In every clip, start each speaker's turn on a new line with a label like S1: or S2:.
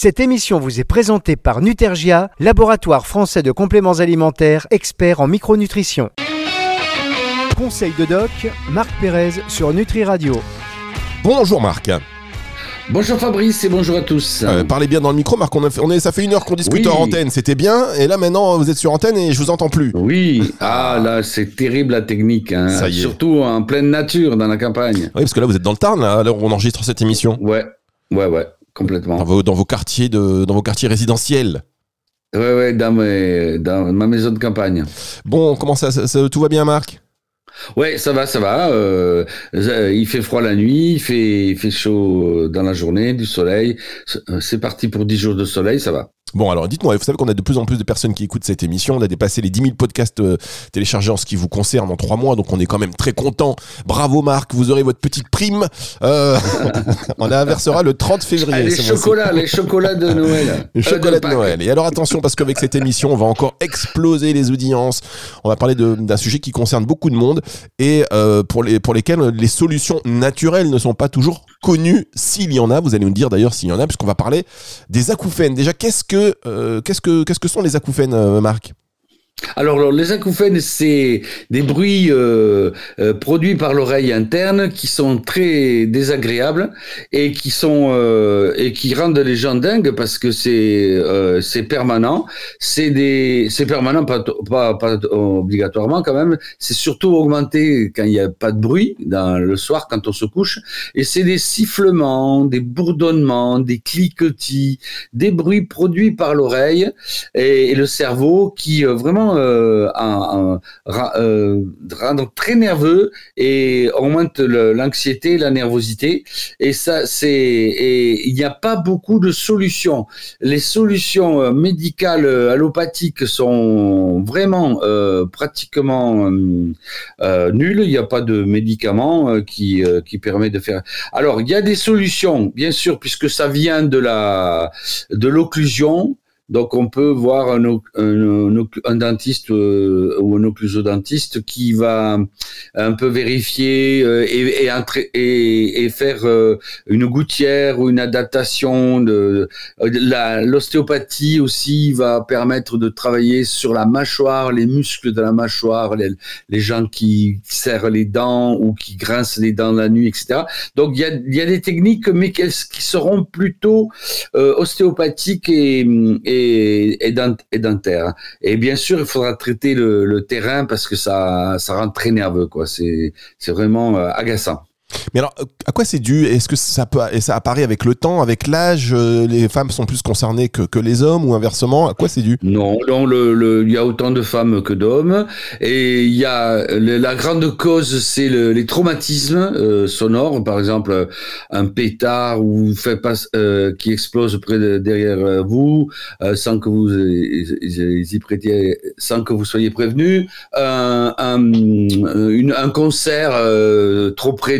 S1: Cette émission vous est présentée par Nutergia, laboratoire français de compléments alimentaires, expert en micronutrition. Conseil de doc, Marc Pérez sur Nutri Radio.
S2: Bonjour Marc.
S3: Bonjour Fabrice et bonjour à tous.
S2: Parlez bien dans le micro Marc, ça fait 1 heure qu'on discute en antenne, c'était bien, et là maintenant vous êtes sur antenne et je vous entends plus.
S3: Oui, là c'est terrible la technique, hein.
S2: Ça y est.
S3: Surtout en pleine nature, dans la campagne.
S2: Oui, parce que là vous êtes dans le Tarn, là, à l'heure où on enregistre cette émission.
S3: Ouais, complètement.
S2: Dans vos quartiers résidentiels.
S3: Ouais, dans ma maison de campagne.
S2: Bon, comment ça tout va bien Marc ?
S3: Ouais, ça va. Il fait froid la nuit, il fait chaud dans la journée, du soleil. C'est parti pour 10 jours de soleil, ça va.
S2: Bon, alors dites-moi, vous savez qu'on a de plus en plus de personnes qui écoutent cette émission. On a dépassé les 10 000 podcasts téléchargés en ce qui vous concerne en 3 mois, donc on est quand même très content. Bravo Marc, vous aurez votre petite prime. On la versera le 30 février.
S3: Les chocolats de Noël.
S2: Les chocolats de Noël. Et alors attention, parce qu'avec cette émission, on va encore exploser les audiences. On va parler d'un sujet qui concerne beaucoup de monde et pour lesquels les solutions naturelles ne sont pas toujours connues. S'il y en a, vous allez nous dire d'ailleurs s'il y en a, puisqu'on va parler des acouphènes. Déjà, qu'est-ce que sont les acouphènes, Marc ?
S3: Alors, les acouphènes, c'est des bruits produits par l'oreille interne qui sont très désagréables et qui rendent les gens dingues parce que c'est permanent. C'est permanent, pas obligatoirement quand même. C'est surtout augmenté quand il n'y a pas de bruit le soir quand on se couche. Et c'est des sifflements, des bourdonnements, des cliquetis, des bruits produits par l'oreille et le cerveau qui vraiment rendre très nerveux et augmente l'anxiété, la nervosité. Et il n'y a pas beaucoup de solutions. Les solutions médicales allopathiques sont vraiment pratiquement nulles. Il n'y a pas de médicament qui permet de faire. Alors, il y a des solutions, bien sûr, puisque ça vient de l'occlusion. Donc, on peut voir un dentiste ou un occlusodentiste qui va un peu vérifier et faire une gouttière ou une adaptation l'ostéopathie aussi va permettre de travailler sur la mâchoire, les muscles de la mâchoire, les gens qui serrent les dents ou qui grincent les dents la nuit, etc. Donc, il y a des techniques, mais qui seront plutôt ostéopathiques et dentaire. Et bien sûr, il faudra traiter le terrain parce que ça rend très nerveux, quoi. C'est vraiment agaçant.
S2: Mais alors, à quoi c'est dû ? Est-ce que ça apparaît avec le temps, avec l'âge ? Les femmes sont plus concernées que les hommes ou inversement ? À quoi c'est dû ?
S3: Non, il y a autant de femmes que d'hommes. Et il y a la grande cause, c'est les traumatismes sonores. Par exemple, un pétard ou qui explose derrière vous sans que vous y prêtiez, sans que vous soyez prévenu. Un concert trop près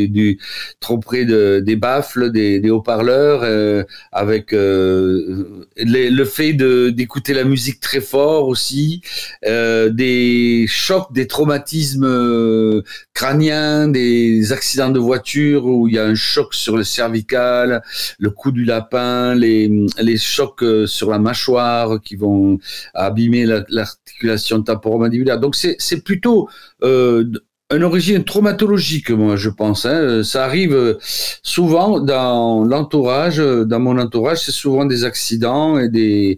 S3: des baffles, des haut-parleurs, avec le fait d'écouter la musique très fort aussi, des chocs, des traumatismes crâniens, des accidents de voiture où il y a un choc sur le cervical, le cou du lapin, les chocs sur la mâchoire qui vont abîmer l'articulation temporomandibulaire. Donc c'est plutôt une origine traumatologique, moi, je pense. Ça arrive souvent dans mon entourage, c'est souvent des accidents et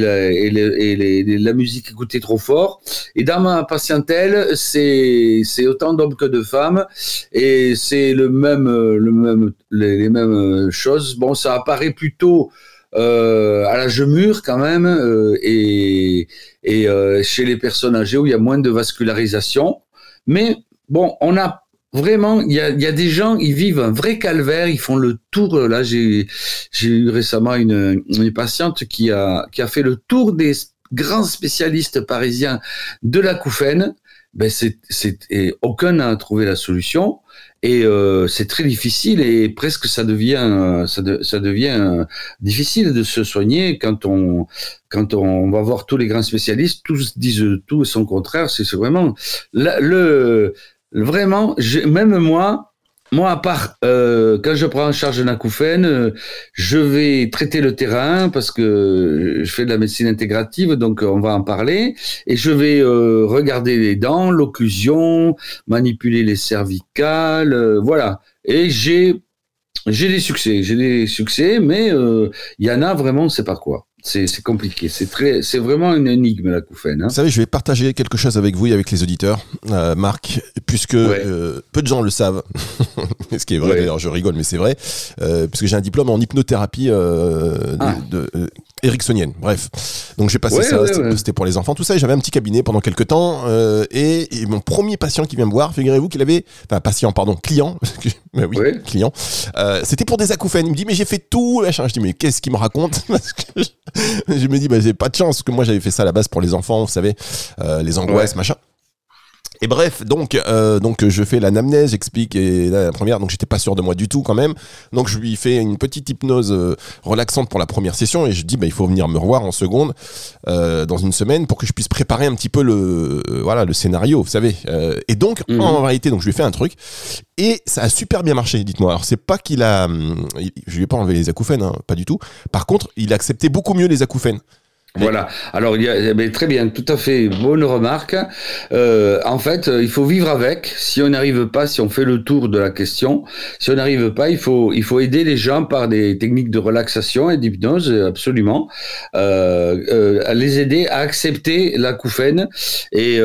S3: la musique écoutée trop fort. Et dans ma patientèle, c'est autant d'hommes que de femmes, et c'est les mêmes choses. Bon, ça apparaît plutôt à l'âge mûr quand même, et chez les personnes âgées où il y a moins de vascularisation. Mais bon, on a vraiment, il y a des gens, ils vivent un vrai calvaire, ils font le tour. Là, j'ai eu récemment une patiente qui a fait le tour des grands spécialistes parisiens de l'acouphène. Et aucun n'a trouvé la solution. Et c'est très difficile et presque ça devient difficile de se soigner quand on va voir tous les grands spécialistes, tous disent tout et son contraire. C'est vraiment vraiment. Même moi, Moi, à part quand je prends en charge un acouphène, je vais traiter le terrain parce que je fais de la médecine intégrative, donc on va en parler. Et je vais regarder les dents, l'occlusion, manipuler les cervicales, voilà. Et j'ai des succès, mais il y en a vraiment, on ne sait pas quoi. C'est compliqué, c'est vraiment une énigme l'acouphène. Hein.
S2: Vous savez, je vais partager quelque chose avec vous et avec les auditeurs, Marc, puisque peu de gens le savent. Ce qui est vrai, d'ailleurs, je rigole, mais c'est vrai, puisque j'ai un diplôme en hypnothérapie ericksonienne. Bref, donc j'ai passé c'était pour les enfants, tout ça, et j'avais un petit cabinet pendant quelques temps, et mon premier patient qui vient me voir, figurez-vous qu'il avait, client, client, c'était pour des acouphènes. Il me dit, mais j'ai fait tout, machin. Je dis, mais qu'est-ce qu'il me raconte? Parce que je me dis, j'ai pas de chance, parce que moi j'avais fait ça à la base pour les enfants, vous savez, les angoisses, machin. Et bref, donc je fais l'anamnèse, j'explique, et la première, donc j'étais pas sûr de moi du tout quand même. Donc je lui fais une petite hypnose relaxante pour la première session, et je dis il faut venir me revoir en seconde dans une semaine pour que je puisse préparer un petit peu le scénario, vous savez. Et donc en réalité, donc je lui ai fait un truc et ça a super bien marché. Dites-moi. Alors c'est pas je lui ai pas enlevé les acouphènes, hein, pas du tout. Par contre, il acceptait beaucoup mieux les acouphènes.
S3: Voilà. Alors, très bien, tout à fait, bonne remarque. En fait, il faut vivre avec. Si on n'arrive pas, si on fait le tour de la question, si on n'arrive pas, il faut aider les gens par des techniques de relaxation et d'hypnose, absolument. À les aider à accepter l'acouphène et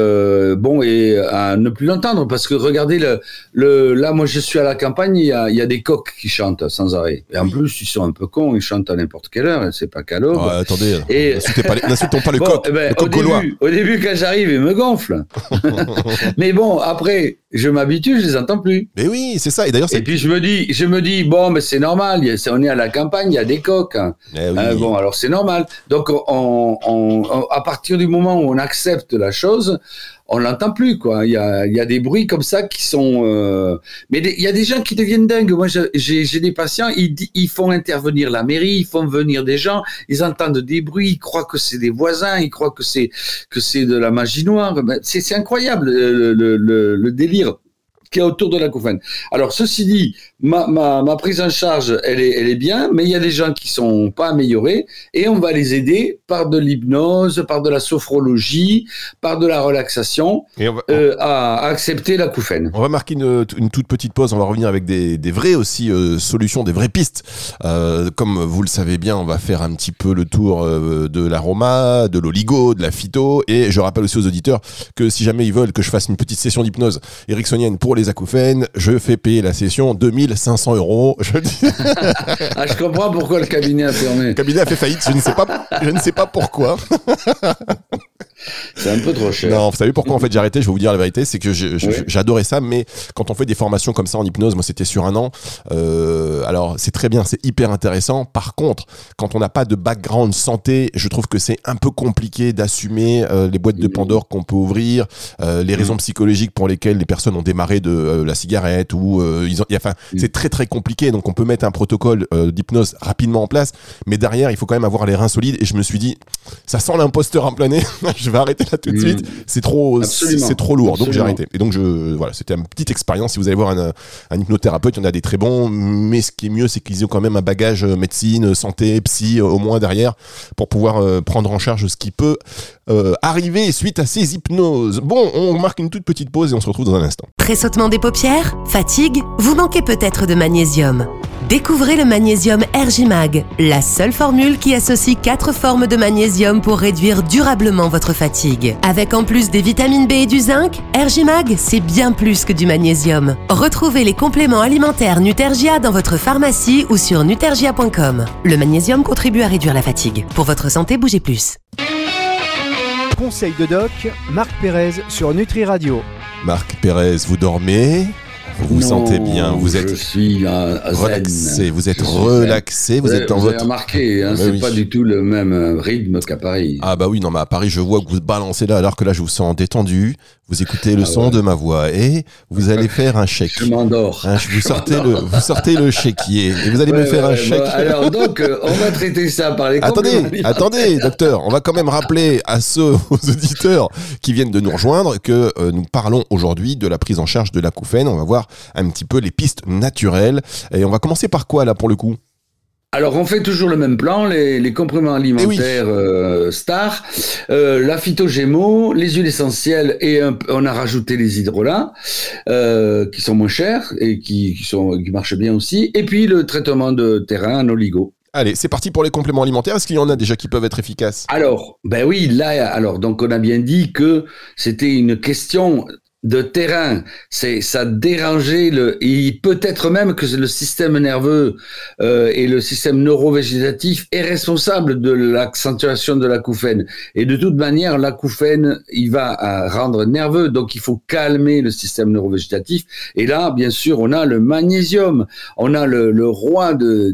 S3: à ne plus l'entendre, parce que regardez là, moi je suis à la campagne, il y a des coqs qui chantent sans arrêt. Et en plus, ils sont un peu cons, ils chantent à n'importe quelle heure, c'est pas qu'à l'aube.
S2: Attendez.
S3: Et
S2: n'insultons pas le coq, le coq gaulois.
S3: Au début, quand j'arrive, il me gonfle. Mais bon, après, je m'habitue, je les entends plus.
S2: Mais oui, c'est ça. Et d'ailleurs,
S3: et puis je me dis, bon, mais c'est normal. On est à la campagne, il y a des coqs. Bon, alors c'est normal. Donc, à partir du moment où on accepte la chose, on l'entend plus, quoi. Il y a des bruits comme ça qui sont. Mais il y a des gens qui deviennent dingues. Moi, j'ai des patients, ils font intervenir la mairie, ils font venir des gens, ils entendent des bruits, ils croient que c'est des voisins, ils croient que c'est de la magie noire. C'est incroyable le délire qui est autour de l'acouphène. Alors, ceci dit, ma prise en charge, elle est bien, mais il y a des gens qui sont pas améliorés, et on va les aider par de l'hypnose, par de la sophrologie, par de la relaxation, à accepter l'acouphène.
S2: On va marquer une toute petite pause, on va revenir avec des vraies aussi solutions, des vraies pistes. Comme vous le savez bien, on va faire un petit peu le tour de l'aroma, de l'oligo, de la phyto, et je rappelle aussi aux auditeurs que si jamais ils veulent que je fasse une petite session d'hypnose ericksonienne pour les acouphènes, je fais payer la session 2500 €.
S3: Je comprends pourquoi le cabinet a fermé.
S2: Le cabinet a fait faillite, je ne sais pas pourquoi.
S3: C'est un peu trop cher.
S2: Non, vous savez pourquoi en fait j'ai arrêté, je vais vous dire la vérité, c'est que j'adorais ça, mais quand on fait des formations comme ça en hypnose, moi c'était sur 1 an, alors c'est très bien, c'est hyper intéressant. Par contre, quand on n'a pas de background santé, je trouve que c'est un peu compliqué d'assumer les boîtes de Pandore qu'on peut ouvrir, les raisons psychologiques pour lesquelles les personnes ont démarré de la cigarette, ou c'est très très compliqué. Donc on peut mettre un protocole d'hypnose rapidement en place, mais derrière il faut quand même avoir les reins solides, et je me suis dit ça sent l'imposteur en plein nez. Je vais arrêter là tout de suite, c'est trop lourd. Absolument. Donc j'ai arrêté. Et donc c'était une petite expérience. Si vous allez voir un hypnothérapeute, il y en a des très bons, mais ce qui est mieux, c'est qu'ils ont quand même un bagage médecine, santé, psy au moins derrière, pour pouvoir prendre en charge ce qui peut arriver suite à ces hypnoses. Bon, on marque une toute petite pause et on se retrouve dans un instant.
S4: Tressautement des paupières, fatigue, vous manquez peut-être de magnésium. Découvrez le magnésium Ergimag, la seule formule qui associe 4 formes de magnésium pour réduire durablement votre fatigue. Avec en plus des vitamines B et du zinc, Ergimag, c'est bien plus que du magnésium. Retrouvez les compléments alimentaires Nutergia dans votre pharmacie ou sur nutergia.com. Le magnésium contribue à réduire la fatigue. Pour votre santé, bougez plus.
S1: Conseil de doc, Marc Pérez sur Nutri Radio.
S2: Marc Pérez, vous dormez ? Vous vous sentez bien, vous êtes relaxé, vous êtes relaxé, vous êtes dans votre...
S3: Vous avez remarqué, c'est pas du tout le même rythme qu'à Paris.
S2: Ah bah oui, non mais à Paris, je vois que vous balancez là, alors que là, je vous sens détendu, vous écoutez le son de ma voix, et vous allez faire un chèque.
S3: Je m'endors.
S2: Vous sortez le chéquier, et vous allez me faire un chèque.
S3: Alors donc, on va traiter ça par les
S2: Attendez, docteur, on va quand même rappeler aux auditeurs qui viennent de nous rejoindre que nous parlons aujourd'hui de la prise en charge de l'acouphène. On va voir voir un petit peu les pistes naturelles. Et on va commencer par quoi là pour le coup ?
S3: Alors, on fait toujours le même plan, les compléments alimentaires stars, la phytogémo, les huiles essentielles et on a rajouté les hydrolats qui sont moins chers et qui marchent bien aussi. Et puis le traitement de terrain en oligo.
S2: Allez, c'est parti pour les compléments alimentaires. Est-ce qu'il y en a déjà qui peuvent être efficaces ?
S3: Alors, ben oui, donc on a bien dit que c'était une question de terrain, ça dérangeait peut-être même que le système nerveux et le système neurovégétatif est responsable de l'accentuation de l'acouphène. Et de toute manière, l'acouphène, il va rendre nerveux, donc il faut calmer le système neurovégétatif. Et là, bien sûr, on a le magnésium, on a le roi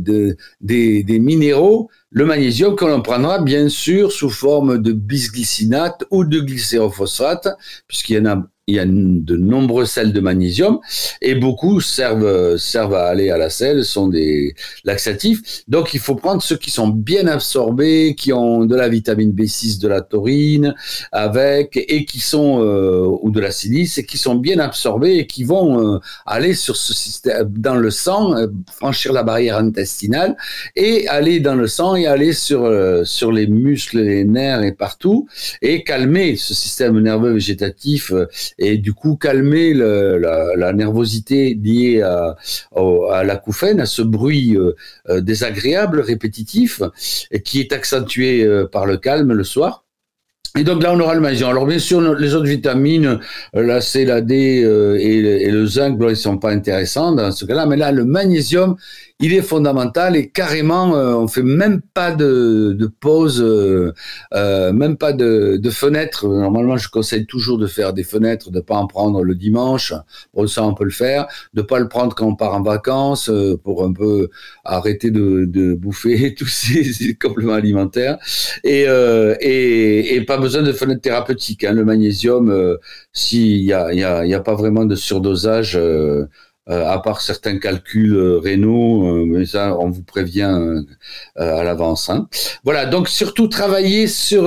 S3: des minéraux. Le magnésium qu'on en prendra bien sûr sous forme de bisglycinate ou de glycérophosphate, puisqu'il y a de nombreux sels de magnésium et beaucoup servent à aller à la selle, sont des laxatifs. Donc il faut prendre ceux qui sont bien absorbés, qui ont de la vitamine B6, de la taurine et qui sont ou de la silice et qui sont bien absorbés et qui vont aller sur ce système dans le sang, franchir la barrière intestinale et aller dans le sang et aller sur les muscles, les nerfs et partout et calmer ce système nerveux végétatif et du coup calmer la nervosité liée à l'acouphène, à ce bruit désagréable, répétitif, et qui est accentué par le calme le soir. Et donc là, on aura le magnésium. Alors bien sûr, les autres vitamines, la C, la D et le zinc, ils sont pas intéressants dans ce cas-là. Mais là, le magnésium, il est fondamental et carrément, on fait même pas de pause, même pas de fenêtre. Normalement, je conseille toujours de faire des fenêtres, de pas en prendre le dimanche. Bon, ça, on peut le faire. De pas le prendre quand on part en vacances pour un peu arrêter de bouffer tous ces compléments alimentaires. Et pas besoin de fenêtre thérapeutique. Le magnésium, s'il y a pas vraiment de surdosage, à part certains calculs rénaux, mais ça, on vous prévient à l'avance. Voilà, donc surtout travailler sur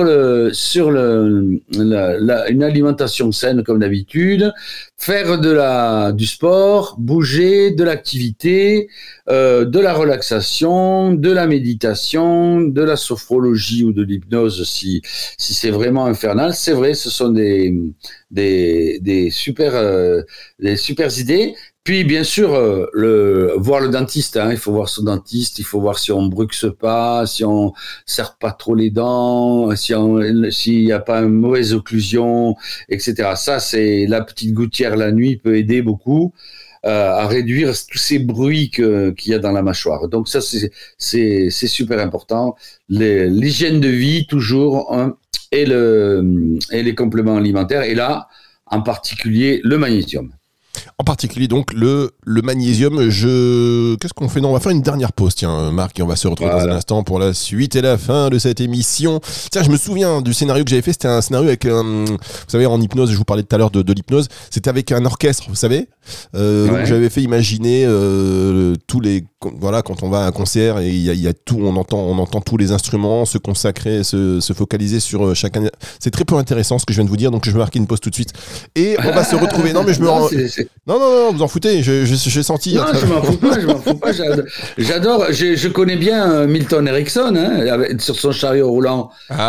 S3: une alimentation saine comme d'habitude, faire du sport, bouger, de l'activité, de la relaxation, de la méditation, de la sophrologie ou de l'hypnose si c'est vraiment infernal. C'est vrai, ce sont des super idées. Puis, bien sûr, voir le dentiste, il faut voir son dentiste, il faut voir si on bruxe pas, si on serre pas trop les dents, s'il y a pas une mauvaise occlusion, etc. Ça, c'est la petite gouttière la nuit peut aider beaucoup à réduire tous ces bruits qu'il y a dans la mâchoire. Donc ça, c'est super important. L'hygiène de vie, toujours, et les compléments alimentaires. Et là, en particulier, le magnésium.
S2: En particulier donc le magnésium. Qu'est-ce qu'on fait ? Non, on va faire une dernière pause, tiens Marc, et on va se retrouver dans un instant pour la suite et la fin de cette émission. Tiens, je me souviens du scénario que j'avais fait, c'était un scénario avec vous savez, en hypnose, je vous parlais tout à l'heure de l'hypnose, c'était avec un orchestre, vous savez, donc j'avais fait imaginer tous les, voilà, quand on va à un concert et il y a tout, on entend tous les instruments, se consacrer, se focaliser sur chacun. C'est très peu intéressant ce que je viens de vous dire, donc je vais marquer une pause tout de suite et on va se retrouver. Non, mais je me rends... Non, vous en foutez, j'ai senti.
S3: Non, je m'en fous pas, j'adore, je connais bien Milton Erickson, sur son chariot roulant,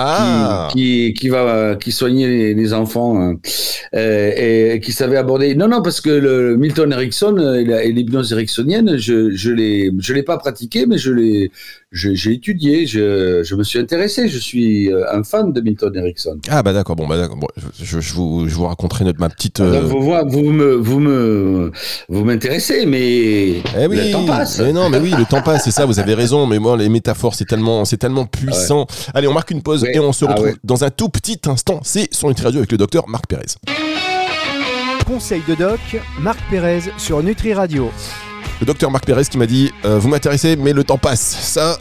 S3: qui soignait les enfants, et qui savait aborder. Non, parce que le Milton Erickson et l'hypnose ericksonienne, je l'ai pas pratiqué, mais j'ai étudié, je me suis intéressé, je suis un fan de Milton Erickson.
S2: Ah bah d'accord, bon, je vous raconterai ma petite...
S3: Donc vous m'intéressez, mais le temps passe.
S2: Mais non, mais oui, le temps passe, c'est ça, vous avez raison, mais moi les métaphores c'est tellement puissant. Ouais. Allez, on marque une pause et on se retrouve dans un tout petit instant. C'est sur Nutri Radio avec le docteur Marc Pérez.
S1: Conseil de doc, Marc Pérez sur Nutri Radio.
S2: Le docteur Marc Pérez qui m'a dit vous m'intéressez mais le temps passe. Ça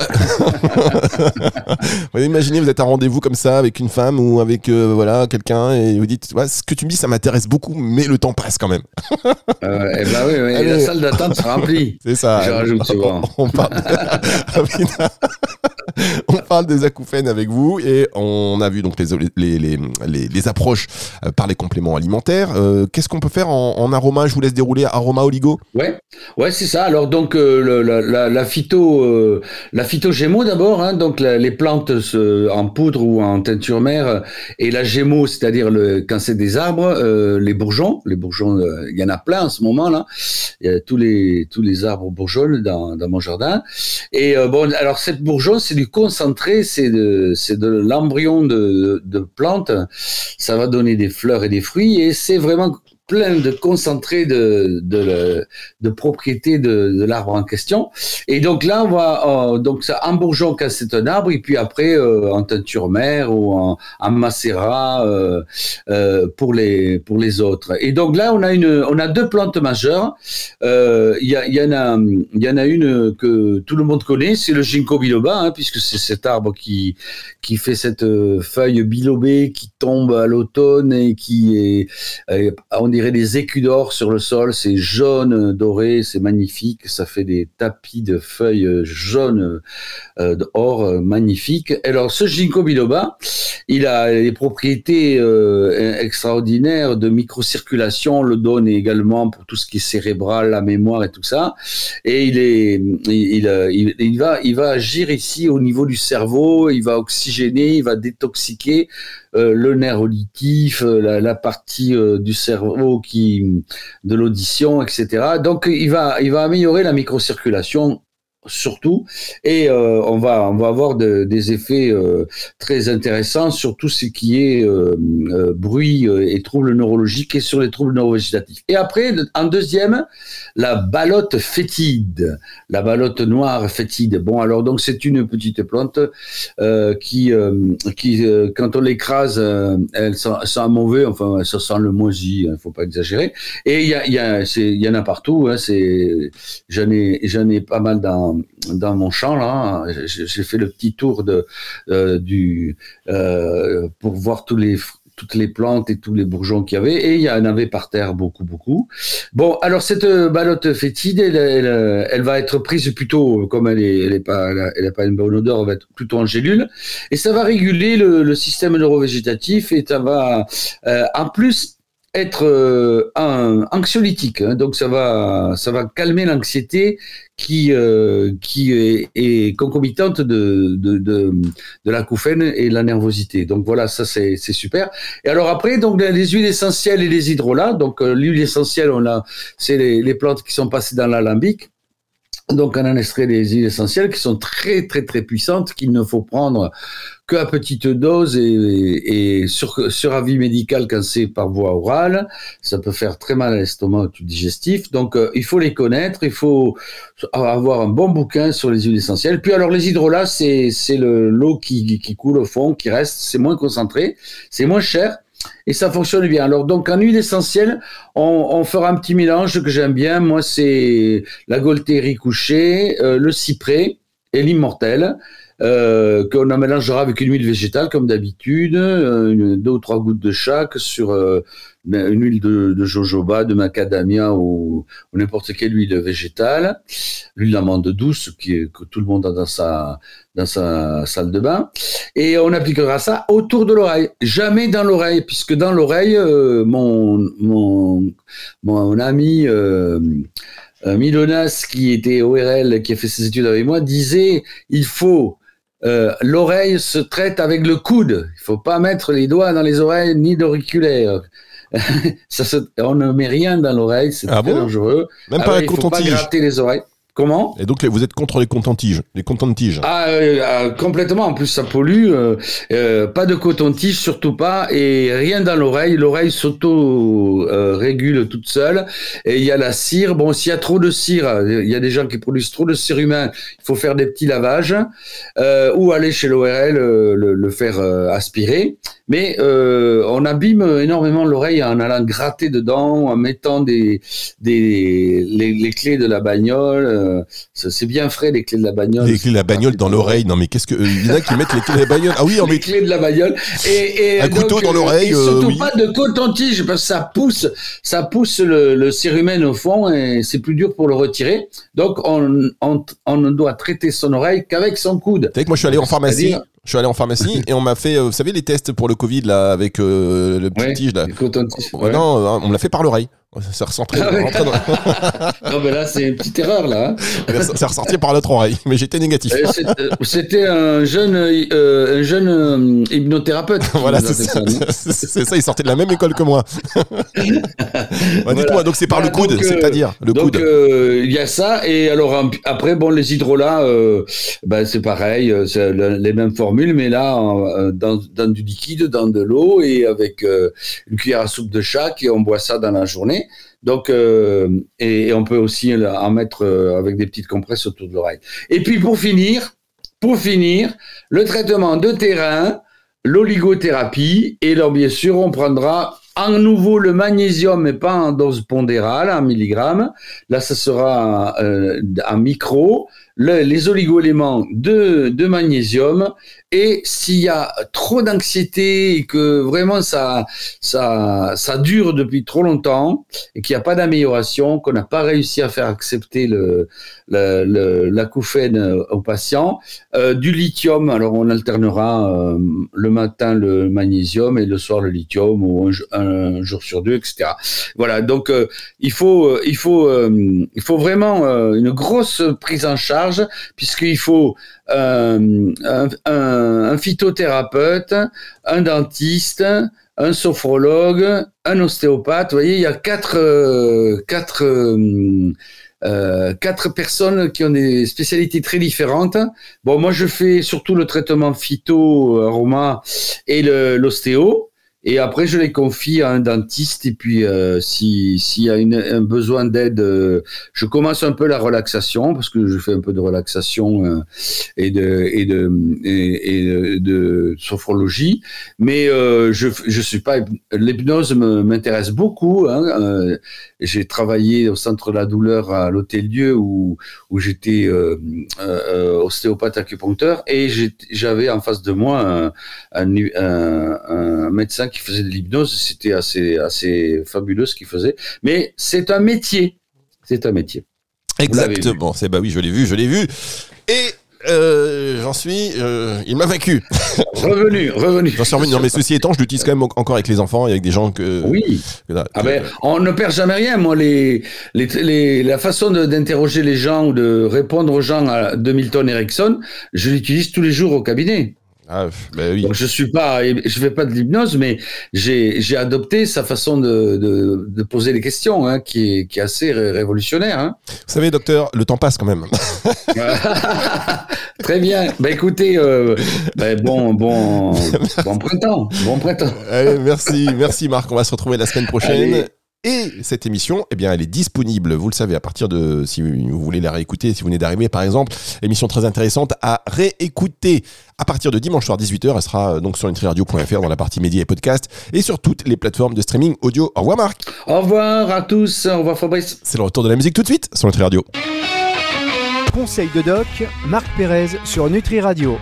S2: vous imaginez, vous êtes à un rendez-vous comme ça avec une femme ou avec quelqu'un et vous dites ce que tu me dis ça m'intéresse beaucoup mais le temps passe quand même.
S3: Oui, la salle d'attente se remplit.
S2: C'est ça.
S3: Je rajoute souvent.
S2: On parle des acouphènes avec vous et on a vu donc les approches par les compléments alimentaires. Qu'est-ce qu'on peut faire en aroma? Je vous laisse dérouler aroma oligo.
S3: Ouais, c'est ça. Alors donc la phyto Gémeaux d'abord, hein, donc les plantes en poudre ou en teinture mère, et la Gémeaux, c'est-à-dire quand c'est des arbres, les bourgeons, il y en a plein en ce moment là. Il y a tous les arbres bourgeonnent dans mon jardin. Et alors cette bourgeon, c'est du concentré, c'est de l'embryon de plante. Ça va donner des fleurs et des fruits, et c'est vraiment plein de concentré de propriétés de l'arbre en question. Et donc là, on va donc ça en bourgeon quand c'est un arbre, et puis après en teinture mère ou en macérat pour les autres. Et donc là, on a deux plantes majeures. Il y en a une que tout le monde connaît, c'est le ginkgo biloba, hein, puisque c'est cet arbre qui fait cette feuille bilobée qui tombe à l'automne et qui est on dirait des écus d'or sur le sol, c'est jaune, doré, c'est magnifique, ça fait des tapis de feuilles jaunes d'or magnifiques. Alors ce ginkgo biloba, il a des propriétés extraordinaires de microcirculation, le donne également pour tout ce qui est cérébral, la mémoire et tout ça. Et il va agir ici au niveau du cerveau, il va oxygéner, il va détoxiquer le nerf auditif, la partie du cerveau de l'audition, etc. Donc il va améliorer la microcirculation surtout, et on va avoir des effets très intéressants sur tout ce qui est bruit et troubles neurologiques, et sur les troubles neurovégétatifs. Et après, en deuxième, la balotte fétide, la balotte noire fétide. Bon, alors donc c'est une petite plante qui quand on l'écrase, elle sent mauvais, enfin ça sent le moisi, hein, faut pas exagérer. Et il y en a partout, hein, j'en ai pas mal dans mon champ là. J'ai fait le petit tour pour voir toutes les plantes et tous les bourgeons qu'il y avait, et il y en avait par terre beaucoup. Bon, alors cette balotte fétide, elle va être prise plutôt, comme elle a pas une bonne odeur, elle va être plutôt en gélule, et ça va réguler le système neurovégétatif, et ça va en plus être un anxiolytique, hein, donc ça va calmer l'anxiété qui est concomitante de l'acouphène et la nervosité. Donc voilà, ça c'est super. Et alors après, donc les huiles essentielles et les hydrolats. Donc l'huile essentielle, c'est les plantes qui sont passées dans l'alambic. Donc on en extrait des huiles essentielles qui sont très très très puissantes, qu'il ne faut prendre qu'à petite dose, et sur avis médical quand c'est par voie orale. Ça peut faire très mal à l'estomac, du digestif. Donc il faut les connaître, il faut avoir un bon bouquin sur les huiles essentielles. Puis alors les hydrolats, c'est l'eau qui coule au fond, qui reste, c'est moins concentré, c'est moins cher, et ça fonctionne bien. Alors donc en huile essentielle, on fera un petit mélange que j'aime bien. Moi, c'est la Gualtérie couchée, le cyprès et l'immortel, qu'on en mélangera avec une huile végétale comme d'habitude, 2 ou 3 gouttes de chaque sur une huile de jojoba, de macadamia ou n'importe quelle huile végétale, l'huile d'amande douce que tout le monde a dans sa salle de bain, et on appliquera ça autour de l'oreille, jamais dans l'oreille, puisque dans l'oreille, mon ami Milonas, qui était ORL, qui a fait ses études avec moi, disait il faut l'oreille se traite avec le coude. Il faut pas mettre les doigts dans les oreilles ni d'auriculaire. On ne met rien dans l'oreille, c'est très dangereux.
S2: Même pas
S3: il faut pas gratter les oreilles. Comment ?
S2: Et donc vous êtes contre les coton-tiges,
S3: Complètement. En plus, ça pollue. Pas de coton-tige, surtout pas, et rien dans l'oreille. L'oreille s'auto-régule toute seule. Et il y a la cire. Bon, s'il y a trop de cire, il y a des gens qui produisent trop de cire humaine. Il faut faire des petits lavages ou aller chez l'ORL le faire aspirer. Mais on abîme énormément l'oreille en allant gratter dedans, en mettant les clés de la bagnole. c'est bien frais, les clés de la bagnole.
S2: Les clés de la bagnole dans l'oreille. Non, mais qu'est-ce que. Il y en a qui mettent les clés de la bagnole. Ah oui, on met.
S3: Les clés de la bagnole. Et
S2: un couteau dans l'oreille.
S3: Et surtout
S2: oui.
S3: pas de coton-tige, parce que ça pousse le cérumen au fond et c'est plus dur pour le retirer. Donc, on ne doit traiter son oreille qu'avec son coude.
S2: Tu sais que moi, je suis allé en pharmacie. Je suis allé en pharmacie et on m'a fait, vous savez, les tests pour le Covid, là, avec le petit tige, là. Non, on me l'a fait par l'oreille. Ça rentrait dans...
S3: Non, mais là, c'est une petite erreur, là.
S2: C'est ressorti par l'autre oreille, mais j'étais négatif.
S3: C'était un jeune hypnothérapeute.
S2: Voilà, c'est ça, il sortait de la même école que moi. Voilà. Dites-moi, donc c'est par le coude, c'est-à-dire le coude.
S3: Donc, il y a ça, et alors après, bon, les hydrolats, c'est pareil, c'est les mêmes formules, mais là, dans du liquide, dans de l'eau, et avec une cuillère à soupe de chaque, et on boit ça dans la journée. Donc, et on peut aussi en mettre avec des petites compresses autour de l'oreille. Et puis pour finir, le traitement de terrain, l'oligothérapie, et alors bien sûr, on prendra à nouveau le magnésium, mais pas en dose pondérale, en milligrammes. Là, ça sera en micro. Les oligo-éléments de magnésium, et s'il y a trop d'anxiété et que vraiment ça dure depuis trop longtemps et qu'il n'y a pas d'amélioration, qu'on n'a pas réussi à faire accepter l'acouphène au patient, du lithium, alors on alternera le matin le magnésium et le soir le lithium, ou un jour sur deux, etc. Voilà, donc il faut vraiment une grosse prise en charge, puisqu'il faut un phytothérapeute, un dentiste, un sophrologue, un ostéopathe. Vous voyez, il y a quatre personnes qui ont des spécialités très différentes. Bon, moi, je fais surtout le traitement phyto, aroma et l'ostéo. Et après, je les confie à un dentiste. Et puis, s'il y a un besoin d'aide, je commence un peu la relaxation, parce que je fais un peu de relaxation et de sophrologie. Mais je suis pas. L'hypnose m'intéresse beaucoup. J'ai travaillé au Centre de la douleur à l'Hôtel-Dieu où j'étais ostéopathe acupuncteur, et j'avais en face de moi un médecin qui faisait de l'hypnose. C'était assez fabuleux ce qu'il faisait, mais c'est un métier.
S2: Exactement. Oui, je l'ai vu. Et il m'a vaincu.
S3: Revenu.
S2: J'en suis revenu. Non, mais ceci étant, je l'utilise quand même encore avec les enfants et avec des gens que.
S3: Oui. On ne perd jamais rien. Moi, la façon d'interroger les gens ou de répondre aux gens de Milton Erickson, je l'utilise tous les jours au cabinet.
S2: Ah, oui.
S3: Donc je fais pas de l'hypnose, mais j'ai adopté sa façon de poser les questions, qui est assez révolutionnaire.
S2: Vous savez, docteur, le temps passe quand même.
S3: Très bien. Écoutez, bon printemps.
S2: Allez, merci Marc. On va se retrouver la semaine prochaine. Allez. Et cette émission, elle est disponible, vous le savez, à partir de, si vous voulez la réécouter, si vous venez d'arriver par exemple, émission très intéressante à réécouter à partir de dimanche soir 18h. Elle sera donc sur nutriradio.fr dans la partie médias et podcasts et sur toutes les plateformes de streaming audio. Au revoir Marc.
S3: Au revoir à tous, au revoir Fabrice.
S2: C'est le retour de la musique tout de suite sur Nutri Radio.
S1: Conseil de doc, Marc Pérez sur Nutri Radio.